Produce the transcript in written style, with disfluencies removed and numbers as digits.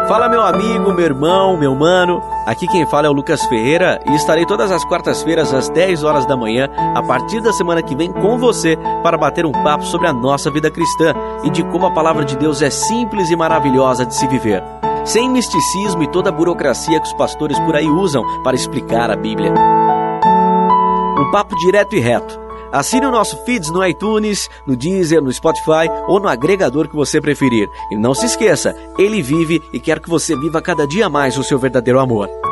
Fala, meu amigo, meu irmão, meu mano. Aqui quem fala é o Lucas Ferreira e estarei todas as quartas-feiras às 10 horas da manhã, a partir da semana que vem, com você, para bater um papo sobre a nossa vida cristã e de como a palavra de Deus é simples e maravilhosa de se viver, sem misticismo e toda a burocracia que os pastores por aí usam para explicar a Bíblia. Um papo direto e reto. Assine o nosso feeds no iTunes, no Deezer, no Spotify ou no agregador que você preferir. E não se esqueça, Ele vive e quer que você viva cada dia mais o seu verdadeiro amor.